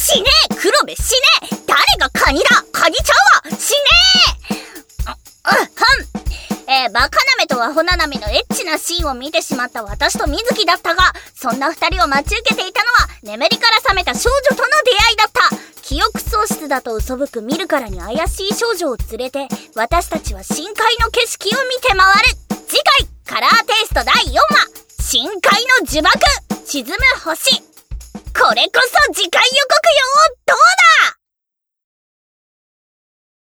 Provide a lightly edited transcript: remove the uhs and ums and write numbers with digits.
死ねえ黒部死ねえ誰がカニだカニちゃうわ死ねえバカなめとアホななめのエッチなシーンを見てしまった私と水木だったが、そんな二人を待ち受けていたのは眠りから覚めた少女との出会いだった。記憶喪失だと嘘吹く見るからに怪しい少女を連れて私たちは深海の景色を見て回る。次回カラーテイスト第4話深海の呪縛沈む星。これこそ次回予告よ。どうだ